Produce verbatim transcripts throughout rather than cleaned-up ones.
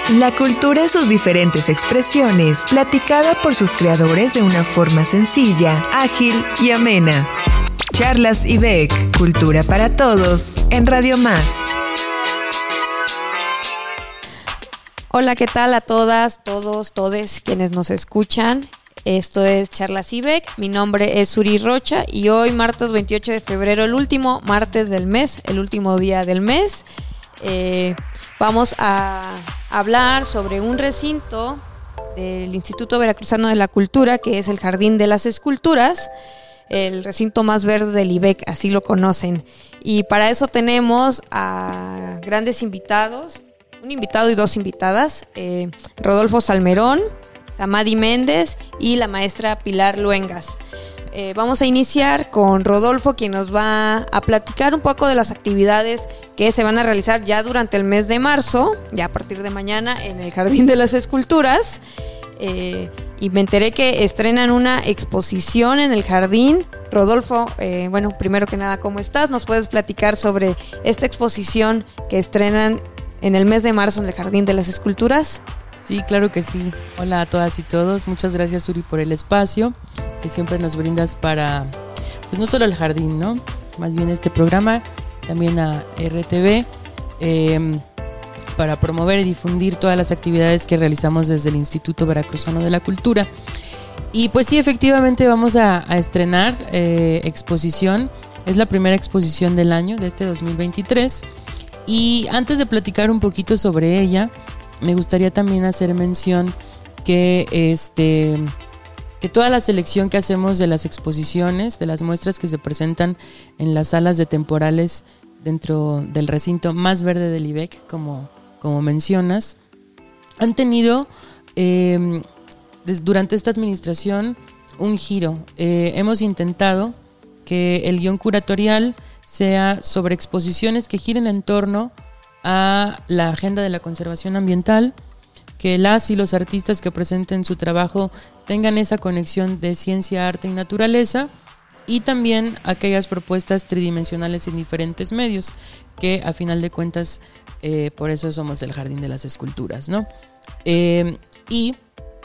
La cultura y sus diferentes expresiones, platicada por sus creadores de una forma sencilla, ágil y amena. Charlas I B E C, cultura para todos, en Radio Más. Hola, ¿qué tal a todas, todos, todes quienes nos escuchan? Esto es Charlas I B E C, mi nombre es Suri Rocha y hoy martes veintiocho de febrero, el último martes del mes, el último día del mes, eh, vamos a hablar sobre un recinto del Instituto Veracruzano de la Cultura, que es el Jardín de las Esculturas, el recinto más verde del I B E C, así lo conocen. Y para eso tenemos a grandes invitados, un invitado y dos invitadas, eh, Rodolfo Salmerón, Samadi Méndez y la maestra Pilar Luengas. Eh, vamos a iniciar con Rodolfo, quien nos va a platicar un poco de las actividades que se van a realizar ya durante el mes de marzo, ya a partir de mañana en el Jardín de las Esculturas. Eh, y me enteré que estrenan una exposición en el jardín. Rodolfo, eh, bueno, primero que nada, ¿cómo estás? ¿Nos puedes platicar sobre esta exposición que estrenan en el mes de marzo en el Jardín de las Esculturas? Sí, claro que sí. Hola a todas y todos. Muchas gracias, Uri, por el espacio que siempre nos brindas para, pues no solo el jardín, ¿no? Más bien este programa, también a R T V, eh, para promover y difundir todas las actividades que realizamos desde el Instituto Veracruzano de la Cultura. Y pues sí, efectivamente vamos a, a estrenar eh, exposición. Es la primera exposición del año, de este dos mil veintitrés. Y antes de platicar un poquito sobre ella, me gustaría también hacer mención que este que toda la selección que hacemos de las exposiciones, de las muestras que se presentan en las salas de temporales dentro del recinto más verde del I B E C, como, como mencionas, han tenido eh, des, durante esta administración un giro. Eh, hemos intentado que el guión curatorial sea sobre exposiciones que giren en torno a la agenda de la conservación ambiental, que las y los artistas que presenten su trabajo tengan esa conexión de ciencia, arte y naturaleza, y también aquellas propuestas tridimensionales en diferentes medios, que a final de cuentas eh, por eso somos el Jardín de las Esculturas, ¿no? Eh, y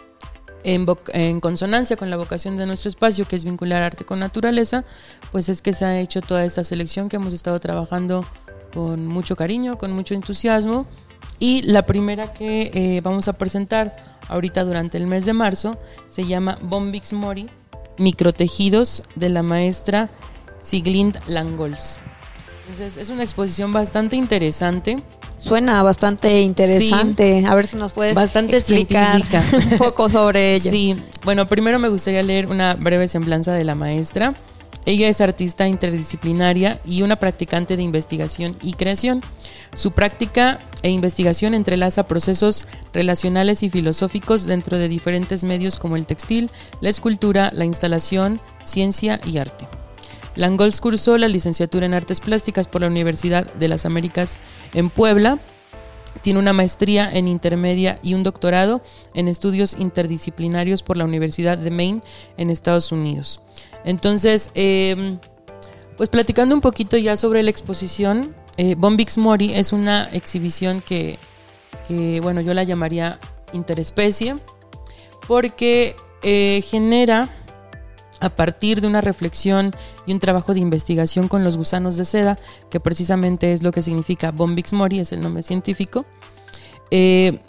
en, vo- en consonancia con la vocación de nuestro espacio, que es vincular arte con naturaleza, pues es que se ha hecho toda esta selección que hemos estado trabajando con mucho cariño, con mucho entusiasmo. Y la primera que eh, vamos a presentar ahorita durante el mes de marzo se llama Bombix Mori, microtejidos, de la maestra Siglind Langols. Entonces es una exposición bastante interesante. Suena bastante interesante. Sí, a ver si nos puedes bastante explicar un poco sobre ella. Sí, bueno, primero me gustaría leer una breve semblanza de la maestra. Ella es artista interdisciplinaria y una practicante de investigación y creación. Su práctica e investigación entrelaza procesos relacionales y filosóficos dentro de diferentes medios como el textil, la escultura, la instalación, ciencia y arte. Langols cursó la licenciatura en Artes Plásticas por la Universidad de las Américas en Puebla. Tiene una maestría en intermedia y un doctorado en estudios interdisciplinarios por la Universidad de Maine en Estados Unidos. Entonces, eh, pues platicando un poquito ya sobre la exposición, eh, Bombix Mori es una exhibición que, que, bueno, yo la llamaría interespecie, porque eh, genera, a partir de una reflexión y un trabajo de investigación con los gusanos de seda, que precisamente es lo que significa Bombix Mori, es el nombre científico, eh,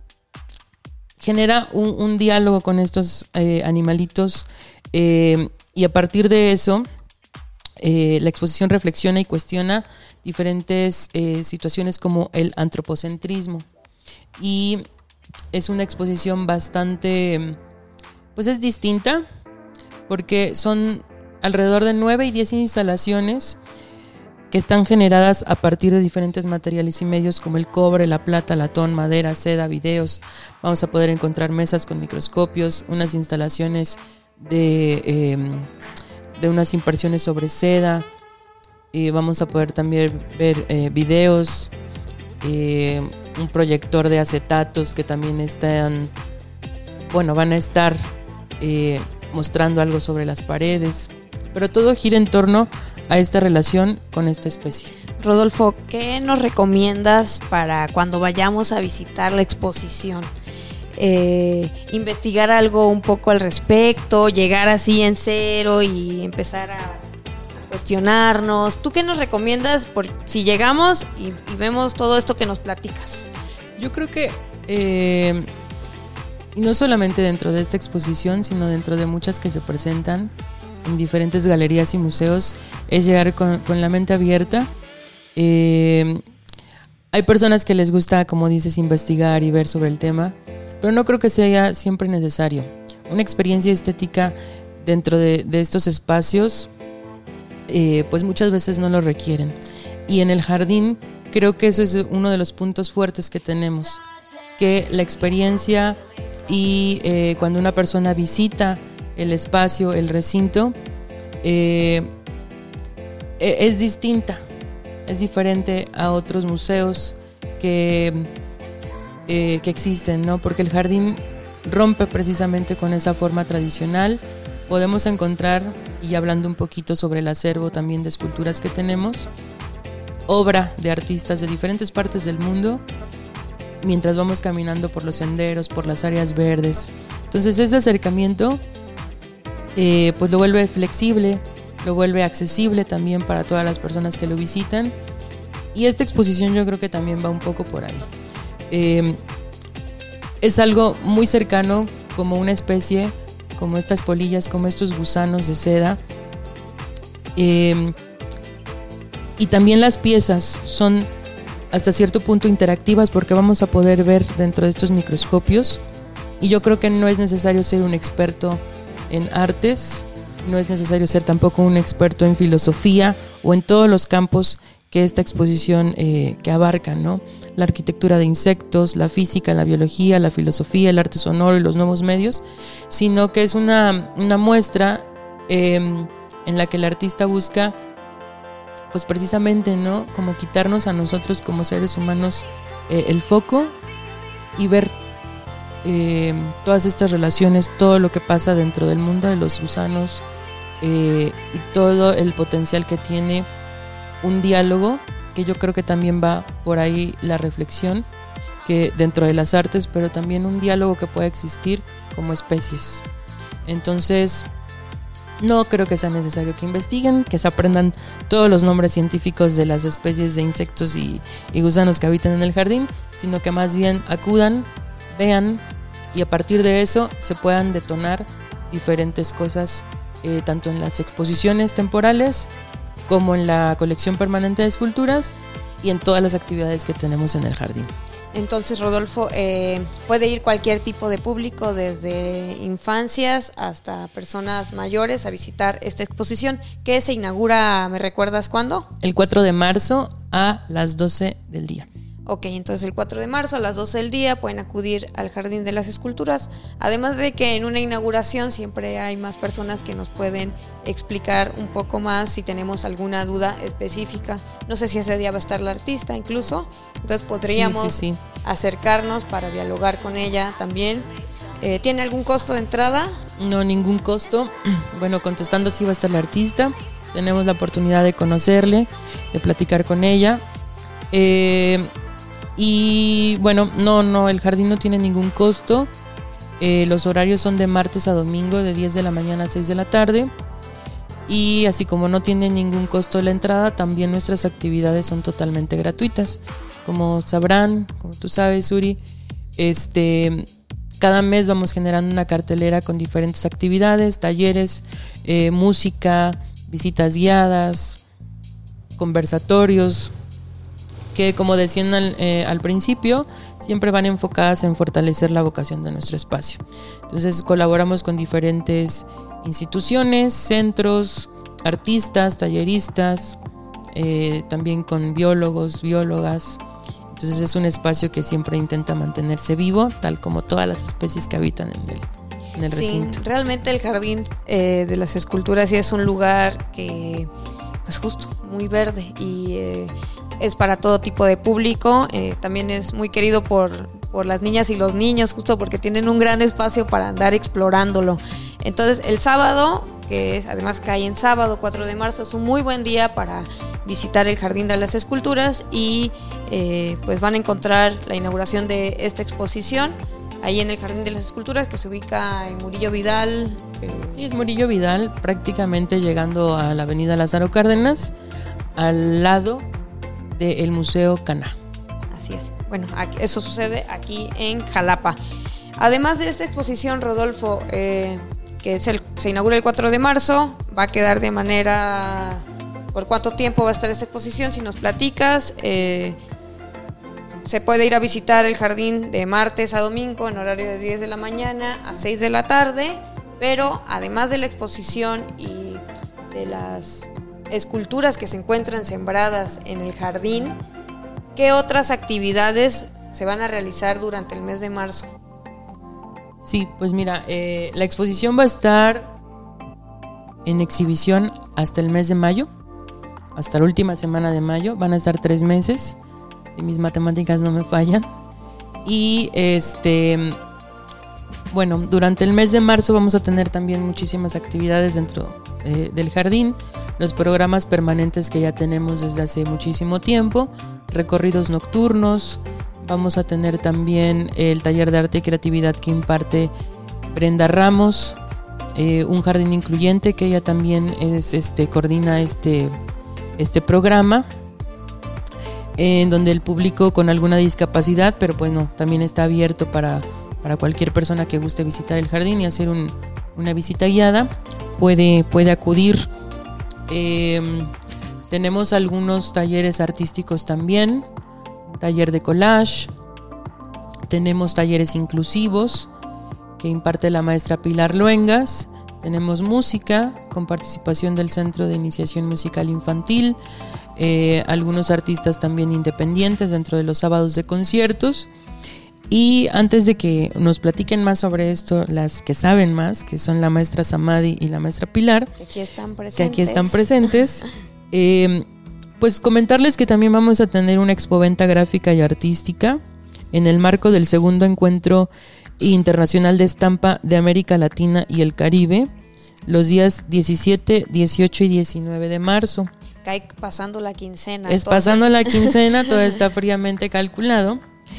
genera un, un diálogo con estos eh, animalitos, eh, y a partir de eso eh, la exposición reflexiona y cuestiona diferentes eh, situaciones como el antropocentrismo, y es una exposición bastante, pues es distinta, porque son alrededor de nueve y diez instalaciones que están generadas a partir de diferentes materiales y medios como el cobre, la plata, latón, madera, seda, videos. Vamos a poder encontrar mesas con microscopios, unas instalaciones de, eh, de unas impresiones sobre seda. Eh, vamos a poder también ver eh, videos, eh, un proyector de acetatos que también están, bueno, van a estar eh, mostrando algo sobre las paredes, pero todo gira en torno a esta relación con esta especie. Rodolfo, ¿qué nos recomiendas para cuando vayamos a visitar la exposición? Eh, investigar algo un poco al respecto, llegar así en cero y empezar a cuestionarnos. ¿Tú qué nos recomiendas por si llegamos y, y vemos todo esto que nos platicas? Yo creo que eh, y no solamente dentro de esta exposición, sino dentro de muchas que se presentan en diferentes galerías y museos, es llegar con, con la mente abierta. Eh, hay personas que les gusta, como dices, investigar y ver sobre el tema, pero no creo que sea siempre necesario. Una experiencia estética dentro de, de estos espacios, eh, pues muchas veces no lo requieren. Y en el jardín creo que eso es uno de los puntos fuertes que tenemos, que la experiencia y eh, cuando una persona visita el espacio, el recinto, eh, es distinta. Es diferente a otros museos que, eh, que existen, ¿no? Porque el jardín rompe precisamente con esa forma tradicional. Podemos encontrar, y hablando un poquito sobre el acervo también de esculturas que tenemos, obra de artistas de diferentes partes del mundo, mientras vamos caminando por los senderos, por las áreas verdes. Entonces ese acercamiento eh, pues lo vuelve flexible, lo vuelve accesible también para todas las personas que lo visitan, y esta exposición yo creo que también va un poco por ahí. Eh, es algo muy cercano, como una especie, como estas polillas, como estos gusanos de seda, eh, y también las piezas son hasta cierto punto interactivas, porque vamos a poder ver dentro de estos microscopios, y yo creo que no es necesario ser un experto en artes. No es necesario ser tampoco un experto en filosofía o en todos los campos que esta exposición eh, que abarca, ¿no? La arquitectura de insectos, la física, la biología, la filosofía, el arte sonoro y los nuevos medios, sino que es una, una muestra eh, en la que el artista busca, pues precisamente, ¿no? Como quitarnos a nosotros como seres humanos eh, el foco y ver Eh, todas estas relaciones, todo lo que pasa dentro del mundo de los gusanos, eh, y todo el potencial que tiene un diálogo, que yo creo que también va por ahí la reflexión, que dentro de las artes, pero también un diálogo que pueda existir como especies. Entonces no creo que sea necesario que investiguen, que se aprendan todos los nombres científicos de las especies de insectos y, y gusanos que habitan en el jardín, sino que más bien acudan, vean, y a partir de eso se puedan detonar diferentes cosas, eh, tanto en las exposiciones temporales como en la colección permanente de esculturas y en todas las actividades que tenemos en el jardín. Entonces, Rodolfo, eh, puede ir cualquier tipo de público, desde infancias hasta personas mayores, a visitar esta exposición, que se inaugura, ¿me recuerdas cuándo? El cuatro de marzo a las doce del día. Ok, entonces el cuatro de marzo a las doce del día pueden acudir al Jardín de las Esculturas. Además de que en una inauguración siempre hay más personas que nos pueden explicar un poco más si tenemos alguna duda específica. No sé si ese día va a estar la artista incluso, entonces podríamos sí, sí, sí. acercarnos para dialogar con ella también. Eh, ¿Tiene algún costo de entrada? No, ningún costo. Bueno, contestando si va a estar la artista, tenemos la oportunidad de conocerle, de platicar con ella. Eh... Y bueno, no, no, el jardín no tiene ningún costo. Eh, los horarios son de martes a domingo, de diez de la mañana a seis de la tarde. Y así como no tiene ningún costo la entrada, también nuestras actividades son totalmente gratuitas. Como sabrán, como tú sabes, Uri, este, cada mes vamos generando una cartelera con diferentes actividades, talleres, eh, música, visitas guiadas, conversatorios, que como decían al, eh, al principio, siempre van enfocadas en fortalecer la vocación de nuestro espacio. Entonces colaboramos con diferentes instituciones, centros, artistas, talleristas, eh, también con biólogos, biólogas. Entonces es un espacio que siempre intenta mantenerse vivo, tal como todas las especies que habitan en el, en el recinto. Sí, realmente el Jardín eh, de las Esculturas sí es un lugar que pues justo, muy verde y eh, es para todo tipo de público. Eh, también es muy querido por, por las niñas y los niños, justo porque tienen un gran espacio para andar explorándolo. Entonces el sábado, que es, además cae en sábado cuatro de marzo, es un muy buen día para visitar el Jardín de las Esculturas y eh, pues van a encontrar la inauguración de esta exposición ahí en el Jardín de las Esculturas, que se ubica en Murillo Vidal. Eh. Sí, es Murillo Vidal, prácticamente llegando a la avenida Lázaro Cárdenas, al lado del Museo Caná. Así es. Bueno, aquí, eso sucede aquí en Jalapa. Además de esta exposición, Rodolfo, eh, que es el, se inaugura el cuatro de marzo, va a quedar de manera... ¿Por cuánto tiempo va a estar esta exposición? Si nos platicas, eh, se puede ir a visitar el jardín de martes a domingo en horario de diez de la mañana a seis de la tarde, pero además de la exposición y de las esculturas que se encuentran sembradas en el jardín, ¿qué otras actividades se van a realizar durante el mes de marzo? Sí, pues mira, eh, la exposición va a estar en exhibición hasta el mes de mayo. Hasta la última semana de mayo, van a estar tres meses, si mis matemáticas no me fallan. Y este, bueno, durante el mes de marzo vamos a tener también muchísimas actividades dentro eh, del jardín, los programas permanentes que ya tenemos desde hace muchísimo tiempo, recorridos nocturnos, vamos a tener también el taller de arte y creatividad que imparte Brenda Ramos, eh, un jardín incluyente que ella también es, este, coordina este este programa, en donde el público con alguna discapacidad, pero pues no, también está abierto para, para cualquier persona que guste visitar el jardín y hacer un, una visita guiada, puede, puede acudir. Eh, tenemos algunos talleres artísticos también, un taller de collage, tenemos talleres inclusivos que imparte la maestra Pilar Luengas. Tenemos música con participación del Centro de Iniciación Musical Infantil, eh, algunos artistas también independientes dentro de los sábados de conciertos. Y antes de que nos platiquen más sobre esto, las que saben más, que son la maestra Samadi y la maestra Pilar, que aquí están presentes, que aquí están presentes eh, pues comentarles que también vamos a tener una expoventa gráfica y artística en el marco del segundo encuentro internacional de estampa de América Latina y el Caribe, los días diecisiete, dieciocho y diecinueve de marzo. Cae pasando la quincena. Es entonces... pasando la quincena, todo está fríamente calculado.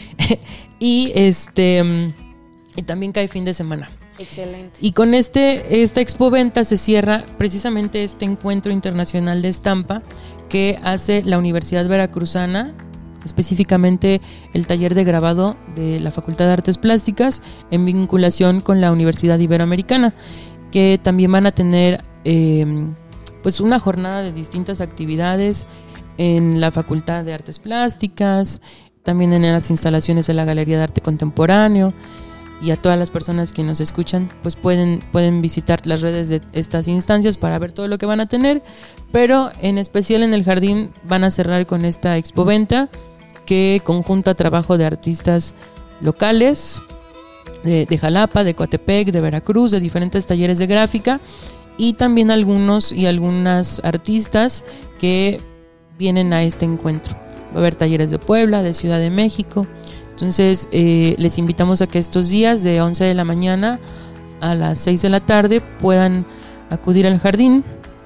y este y también cae fin de semana. Excelente. Y con este esta expoventa se cierra precisamente este encuentro internacional de estampa que hace la Universidad Veracruzana, específicamente el taller de grabado de la Facultad de Artes Plásticas en vinculación con la Universidad Iberoamericana, que también van a tener eh, pues una jornada de distintas actividades en la Facultad de Artes Plásticas, también en las instalaciones de la Galería de Arte Contemporáneo. Y a todas las personas que nos escuchan pues pueden, pueden visitar las redes de estas instancias para ver todo lo que van a tener, pero en especial en el jardín van a cerrar con esta expoventa que conjunta trabajo de artistas locales de, de Jalapa, de Coatepec, de Veracruz, de diferentes talleres de gráfica, y también algunos y algunas artistas que vienen a este encuentro. Va a haber talleres de Puebla, de Ciudad de México. Entonces eh, les invitamos a que estos días de once de la mañana a las seis de la tarde puedan acudir al jardín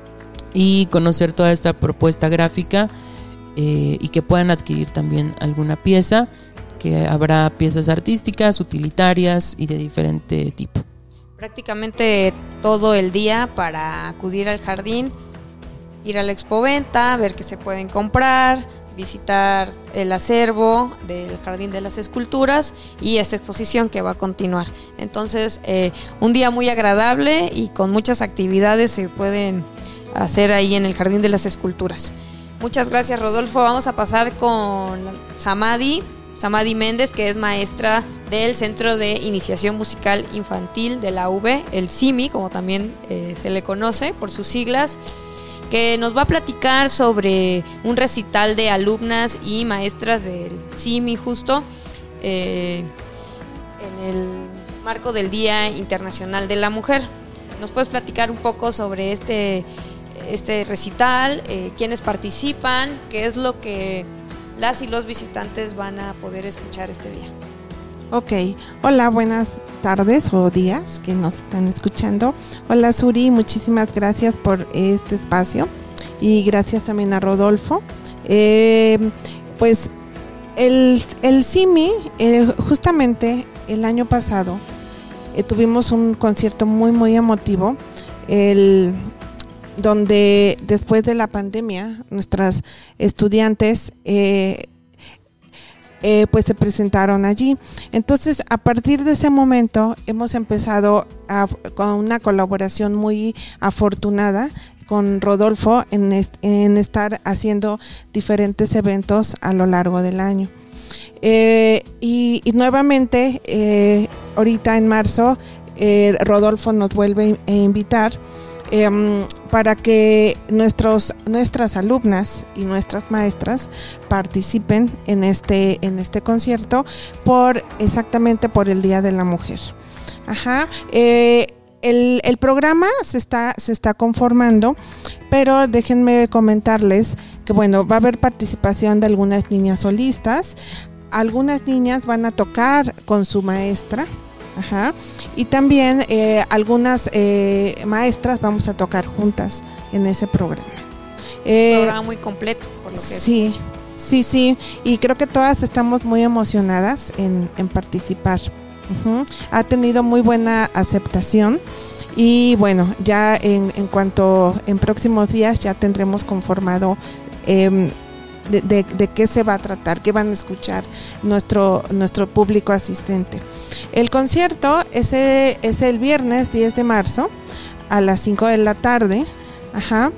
y conocer toda esta propuesta gráfica, eh, y que puedan adquirir también alguna pieza, que habrá piezas artísticas, utilitarias y de diferente tipo. Prácticamente todo el día para acudir al jardín, ir a la expoventa, ver qué se pueden comprar, visitar el acervo del Jardín de las Esculturas y esta exposición que va a continuar. Entonces, eh, un día muy agradable y con muchas actividades se pueden hacer ahí en el Jardín de las Esculturas. Muchas gracias, Rodolfo. Vamos a pasar con Samadi, Samadi Méndez, que es maestra del Centro de Iniciación Musical Infantil de la U B, el C I M I, como también eh, se le conoce por sus siglas, que nos va a platicar sobre un recital de alumnas y maestras del C I M I justo eh, en el marco del Día Internacional de la Mujer. ¿Nos puedes platicar un poco sobre este este recital, eh, quiénes participan, qué es lo que las y los visitantes van a poder escuchar este día. Ok, hola, buenas tardes o días que nos están escuchando. Hola Suri, muchísimas gracias por este espacio y gracias también a Rodolfo. Eh, pues el, el CIMI, eh, justamente el año pasado eh, tuvimos un concierto muy muy emotivo, el, donde después de la pandemia nuestras estudiantes eh, Eh, pues se presentaron allí. Entonces, a partir de ese momento hemos empezado a, con una colaboración muy afortunada con Rodolfo en, est- en estar haciendo diferentes eventos a lo largo del año. Eh, y, y nuevamente, eh, ahorita en marzo, eh, Rodolfo nos vuelve a invitar Eh, para que nuestros, nuestras alumnas y nuestras maestras participen en este, en este concierto por exactamente por el Día de la Mujer. Ajá. Eh, el, el programa se está, se está conformando, pero déjenme comentarles que bueno, va a haber participación de algunas niñas solistas, algunas niñas van a tocar con su maestra. Ajá. Y también eh, algunas eh, maestras vamos a tocar juntas en ese programa. Eh, Un programa muy completo, por lo que sí, escucho. sí, sí. Y creo que todas estamos muy emocionadas en, en participar. Uh-huh. Ha tenido muy buena aceptación. Y bueno, ya en, en cuanto en próximos días ya tendremos conformado eh, De, de, de qué se va a tratar, qué van a escuchar nuestro, nuestro público asistente. El concierto es el, es el viernes diez de marzo a las cinco de la tarde, ajá,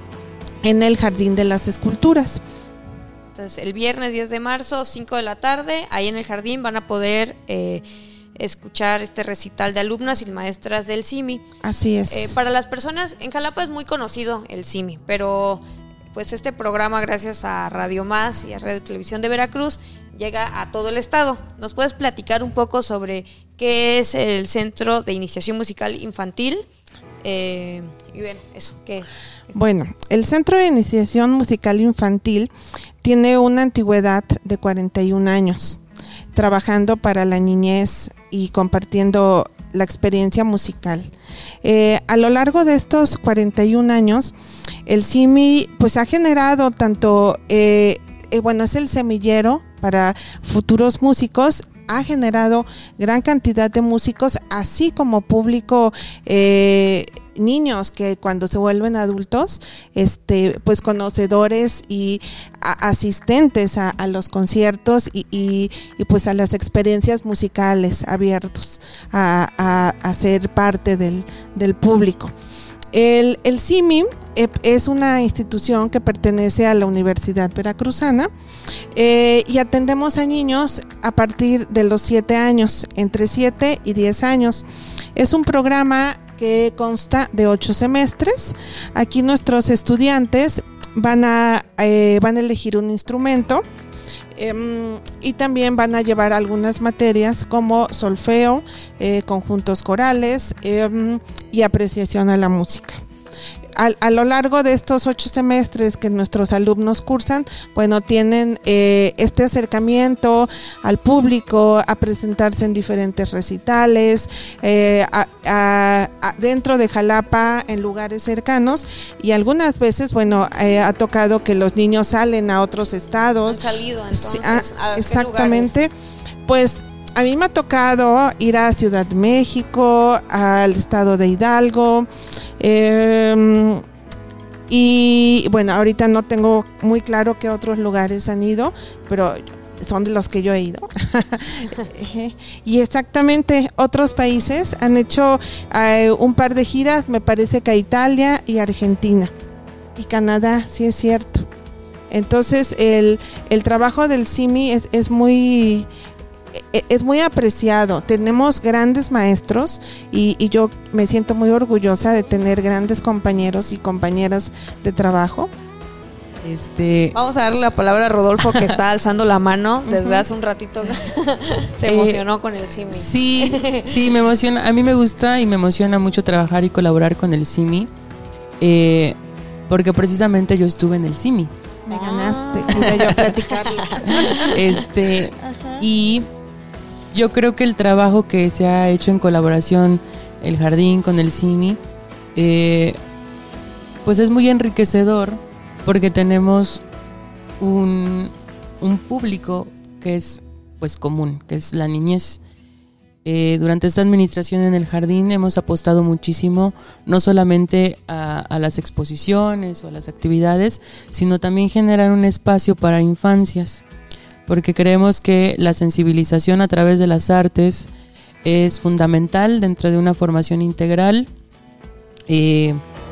en el Jardín de las Esculturas. Entonces, el viernes diez de marzo, cinco de la tarde, ahí en el jardín van a poder eh, escuchar este recital de alumnas y maestras del CIMI. Así es. Eh, para las personas, en Jalapa es muy conocido el CIMI, pero pues este programa, gracias a Radio Más y a Radio Televisión de Veracruz, llega a todo el estado. ¿Nos puedes platicar un poco sobre qué es el Centro de Iniciación Musical Infantil? Eh, y bueno, eso, ¿qué es? Bueno, el Centro de Iniciación Musical Infantil tiene una antigüedad de cuarenta y un años, trabajando para la niñez y compartiendo la experiencia musical. Eh, a lo largo de estos cuarenta y un años, el CIMI pues ha generado tanto, eh, eh, bueno, es el semillero para futuros músicos, ha generado gran cantidad de músicos, así como público, eh, niños que cuando se vuelven adultos, este, pues conocedores y a, asistentes a, a los conciertos y, y, y pues a las experiencias musicales, abiertos a, a, a ser parte del, del público. El, el CIMI eh, es una institución que pertenece a la Universidad Veracruzana eh, y atendemos a niños a partir de los siete años, entre siete y diez años. Es un programa que consta de ocho semestres. Aquí nuestros estudiantes van a, eh, van a elegir un instrumento eh, y también van a llevar algunas materias como solfeo, eh, conjuntos corales eh, y apreciación a la música. A, a lo largo de estos ocho semestres que nuestros alumnos cursan, bueno, tienen eh, este acercamiento al público, a presentarse en diferentes recitales, eh, a, a, a dentro de Jalapa, en lugares cercanos, y algunas veces, bueno, eh, ha tocado que los niños salen a otros estados. Han salido, entonces, sí, ah, ¿a qué exactamente, lugares? Pues a mí me ha tocado ir a Ciudad de México, al estado de Hidalgo, eh, y bueno, ahorita no tengo muy claro qué otros lugares han ido, pero son de los que yo he ido. Y exactamente, otros países han hecho eh, un par de giras, me parece que a Italia y Argentina y Canadá, sí es cierto. Entonces el, el trabajo del CIMI es, es muy... es muy apreciado. Tenemos grandes maestros y, y yo me siento muy orgullosa de tener grandes compañeros y compañeras de trabajo. Este, Vamos a darle la palabra a Rodolfo, que está alzando la mano desde uh-huh. hace un ratito. Se emocionó eh, con el CIMI. Sí, sí, me emociona. A mí me gusta y me emociona mucho trabajar y colaborar con el CIMI. Eh, porque precisamente yo estuve en el CIMI. Me ganaste, iba yo a platicarlo. Este, y yo creo que el trabajo que se ha hecho en colaboración el jardín con el CIMI, eh, pues es muy enriquecedor, porque tenemos un, un público que es pues común, que es la niñez. Eh, durante esta administración en el jardín hemos apostado muchísimo, no solamente a, a las exposiciones o a las actividades, sino también generar un espacio para infancias, porque creemos que la sensibilización a través de las artes es fundamental dentro de una formación integral, eh,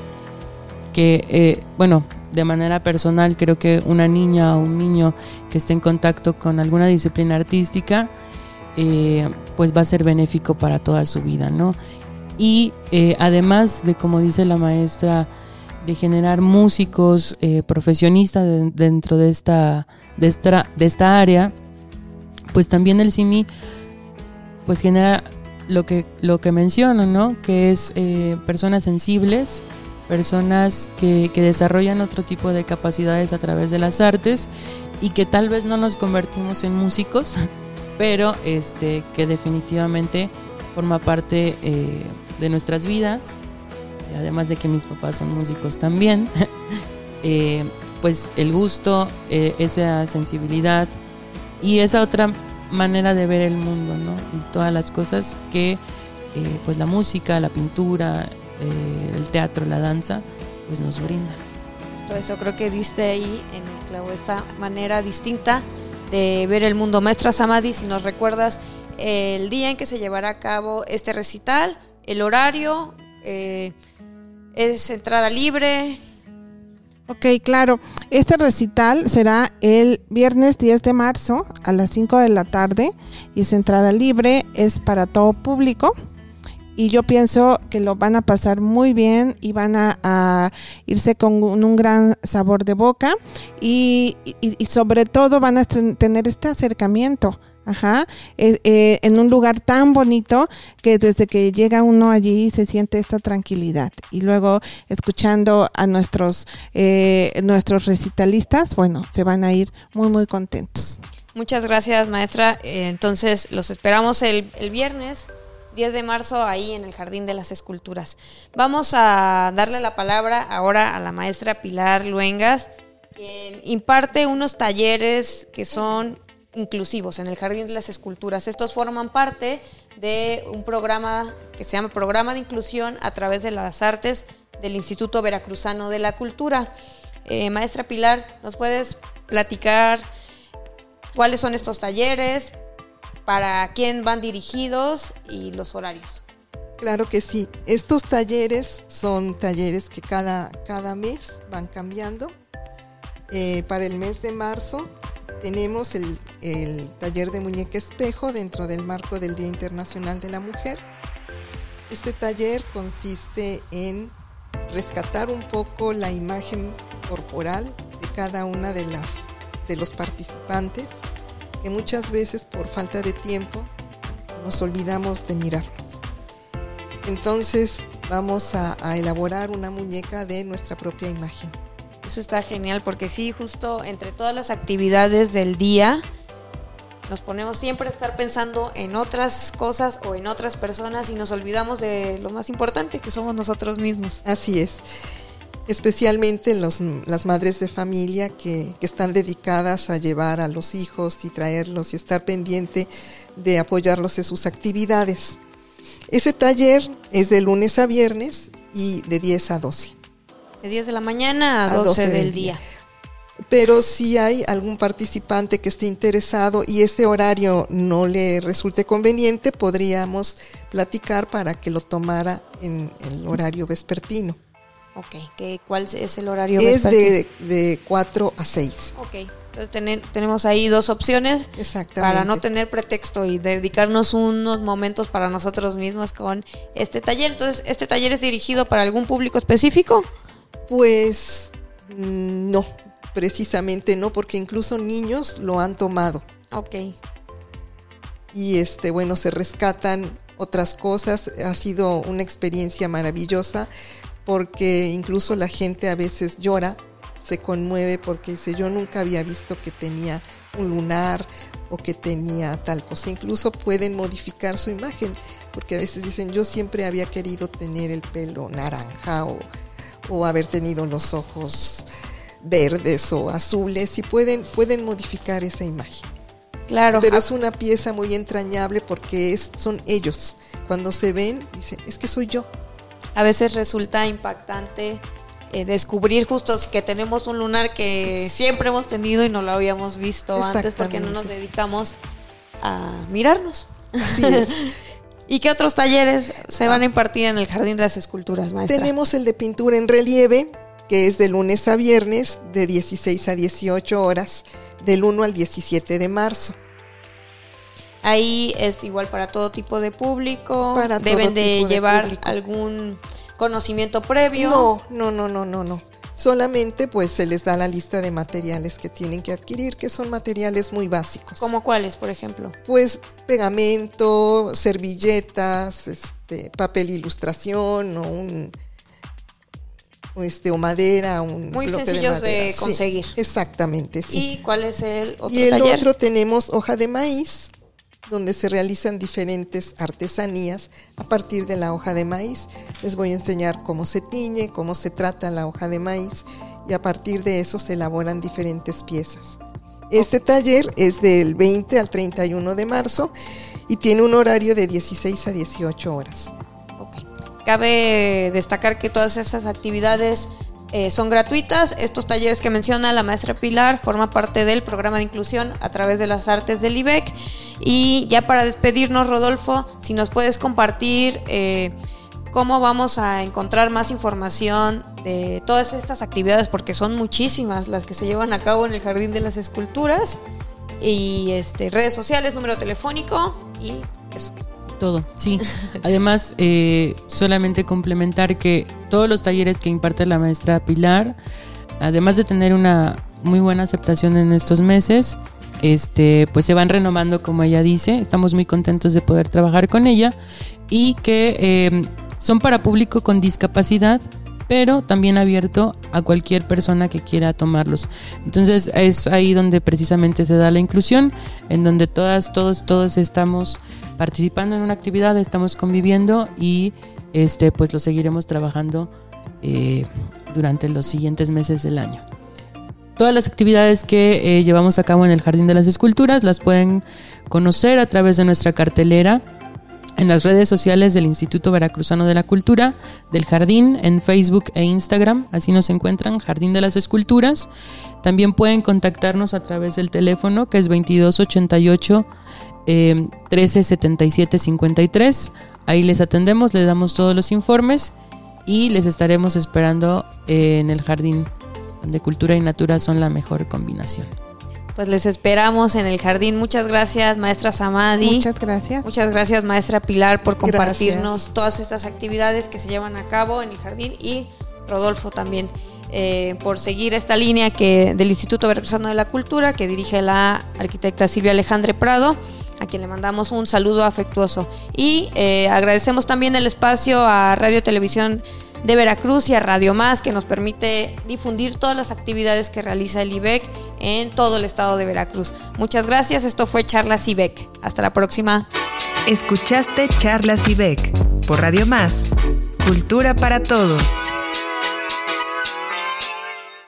que, eh, bueno, de manera personal creo que una niña o un niño que esté en contacto con alguna disciplina artística, Eh, pues va a ser benéfico para toda su vida, ¿no? Y eh, además de, como dice la maestra, de generar músicos eh, profesionistas de, dentro de esta, de esta de esta área, pues también el CIMI pues genera lo que lo que menciono, ¿no? Que es eh, personas sensibles, personas que, que desarrollan otro tipo de capacidades a través de las artes, y que tal vez no nos convertimos en músicos, pero este que definitivamente forma parte eh, de nuestras vidas, además de que mis papás son músicos también. eh, pues el gusto, eh, esa sensibilidad y esa otra manera de ver el mundo, ¿no? Y todas las cosas que eh, pues la música, la pintura, eh, el teatro, la danza, pues nos brindan. Todo eso creo que diste ahí en el clavo, esta manera distinta de ver el mundo. Maestra Samadhi, si nos recuerdas el día en que se llevará a cabo este recital, el horario, eh, es entrada libre. Ok, claro. Este recital será el viernes diez de marzo a las cinco de la tarde y es entrada libre, es para todo público. Y yo pienso que lo van a pasar muy bien y van a, a irse con un, un gran sabor de boca y, y, y sobre todo van a tener este acercamiento, ajá, eh, eh, en un lugar tan bonito que desde que llega uno allí se siente esta tranquilidad. Y luego escuchando a nuestros, eh, nuestros recitalistas, bueno, se van a ir muy muy contentos. Muchas gracias, maestra. Eh, entonces los esperamos el, el viernes diez de marzo ahí en el Jardín de las Esculturas. Vamos a darle la palabra ahora a la maestra Pilar Luengas, quien imparte unos talleres que son inclusivos en el Jardín de las Esculturas. Estos forman parte de un programa que se llama Programa de Inclusión a través de las Artes del Instituto Veracruzano de la Cultura. Eh, maestra Pilar, ¿nos puedes platicar cuáles son estos talleres? ¿Para quién van dirigidos y los horarios? Claro que sí. Estos talleres son talleres que cada, cada mes van cambiando. Eh, para el mes de marzo tenemos el, el taller de muñeca espejo dentro del marco del Día Internacional de la Mujer. Este taller consiste en rescatar un poco la imagen corporal de cada una de las de los participantes, que muchas veces por falta de tiempo nos olvidamos de mirarnos. Entonces vamos a, a elaborar una muñeca de nuestra propia imagen. Eso está genial porque sí, justo entre todas las actividades del día nos ponemos siempre a estar pensando en otras cosas o en otras personas y nos olvidamos de lo más importante, que somos nosotros mismos. Así es. Especialmente los, las madres de familia que, que están dedicadas a llevar a los hijos y traerlos y estar pendiente de apoyarlos en sus actividades. Ese taller es de lunes a viernes y de diez a doce. De diez de la mañana a doce del día. Pero si hay algún participante que esté interesado y este horario no le resulte conveniente, podríamos platicar para que lo tomara en el horario vespertino. Ok, ¿qué, ¿cuál es el horario es vespertino? Es de, de cuatro a seis. Ok, entonces ten, tenemos ahí dos opciones. Exactamente. Para no tener pretexto y dedicarnos unos momentos para nosotros mismos con este taller. Entonces, ¿este taller es dirigido para algún público específico? Pues no, precisamente no, porque incluso niños lo han tomado. Ok. Y este, bueno, se rescatan otras cosas. Ha sido una experiencia maravillosa porque incluso la gente a veces llora, se conmueve porque dice, yo nunca había visto que tenía un lunar o que tenía tal cosa. Incluso pueden modificar su imagen, porque a veces dicen, yo siempre había querido tener el pelo naranja o, o haber tenido los ojos verdes o azules, y pueden, pueden modificar esa imagen. Claro. Pero es una pieza muy entrañable porque es, son ellos. Cuando se ven, dicen, es que soy yo. A veces resulta impactante eh, descubrir justo que tenemos un lunar que siempre hemos tenido y no lo habíamos visto antes porque no nos dedicamos a mirarnos. Así es. ¿Y qué otros talleres se van a impartir en el Jardín de las Esculturas, maestra? Tenemos el de pintura en relieve, que es de lunes a viernes, de dieciséis a dieciocho horas, del uno al diecisiete de marzo. Ahí es igual para todo tipo de público. Para Deben todo de tipo de llevar público. algún conocimiento previo. No, no, no, no, no, no. Solamente pues se les da la lista de materiales que tienen que adquirir, que son materiales muy básicos. ¿Cómo cuáles, por ejemplo? Pues pegamento, servilletas, este, papel ilustración o un o este o madera, un muy bloque sencillos de, madera. de conseguir. Sí, exactamente, sí. ¿Y cuál es el otro Y el taller? otro tenemos hoja de maíz, donde se realizan diferentes artesanías a partir de la hoja de maíz. Les voy a enseñar cómo se tiñe, cómo se trata la hoja de maíz, y a partir de eso se elaboran diferentes piezas. Este taller es del veinte al treinta y uno de marzo y tiene un horario de dieciséis a dieciocho horas. Okay. Cabe destacar que todas esas actividades eh, son gratuitas. Estos talleres que menciona la maestra Pilar forman parte del programa de inclusión a través de las artes del I B E C. Y ya para despedirnos, Rodolfo, si nos puedes compartir eh, cómo vamos a encontrar más información de todas estas actividades, porque son muchísimas las que se llevan a cabo en el Jardín de las Esculturas, y este, redes sociales, número telefónico y eso. Todo, sí. Además, eh, solamente complementar que todos los talleres que imparte la maestra Pilar, además de tener una muy buena aceptación en estos meses, este, pues se van renovando, como ella dice. Estamos muy contentos de poder trabajar con ella, y que eh, son para público con discapacidad, pero también abierto a cualquier persona que quiera tomarlos. Entonces es ahí donde precisamente se da la inclusión, en donde todas, todos, todos estamos participando en una actividad, estamos conviviendo, y este pues lo seguiremos trabajando eh, durante los siguientes meses del año. Todas las actividades que eh, llevamos a cabo en el Jardín de las Esculturas las pueden conocer a través de nuestra cartelera en las redes sociales del Instituto Veracruzano de la Cultura, del Jardín, en Facebook e Instagram. Así nos encuentran, Jardín de las Esculturas. También pueden contactarnos a través del teléfono, que es veintidós ochenta y ocho Eh, trece setenta y siete cincuenta y tres. Ahí les atendemos, les damos todos los informes y les estaremos esperando eh, en el jardín, donde cultura y natura son la mejor combinación. Pues les esperamos en el jardín. Muchas gracias, maestra Samadi. Muchas gracias. Muchas gracias, maestra Pilar, por compartirnos Gracias. todas estas actividades que se llevan a cabo en el jardín, y Rodolfo también eh, por seguir esta línea que del Instituto Veracruzano de la Cultura, que dirige la arquitecta Silvia Alejandre Prado, a quien le mandamos un saludo afectuoso. Y eh, agradecemos también el espacio a Radio Televisión de Veracruz y a Radio Más, que nos permite difundir todas las actividades que realiza el I B E C en todo el estado de Veracruz. Muchas gracias, esto fue Charlas I B E C. Hasta la próxima. Escuchaste Charlas I B E C por Radio Más, Cultura para Todos.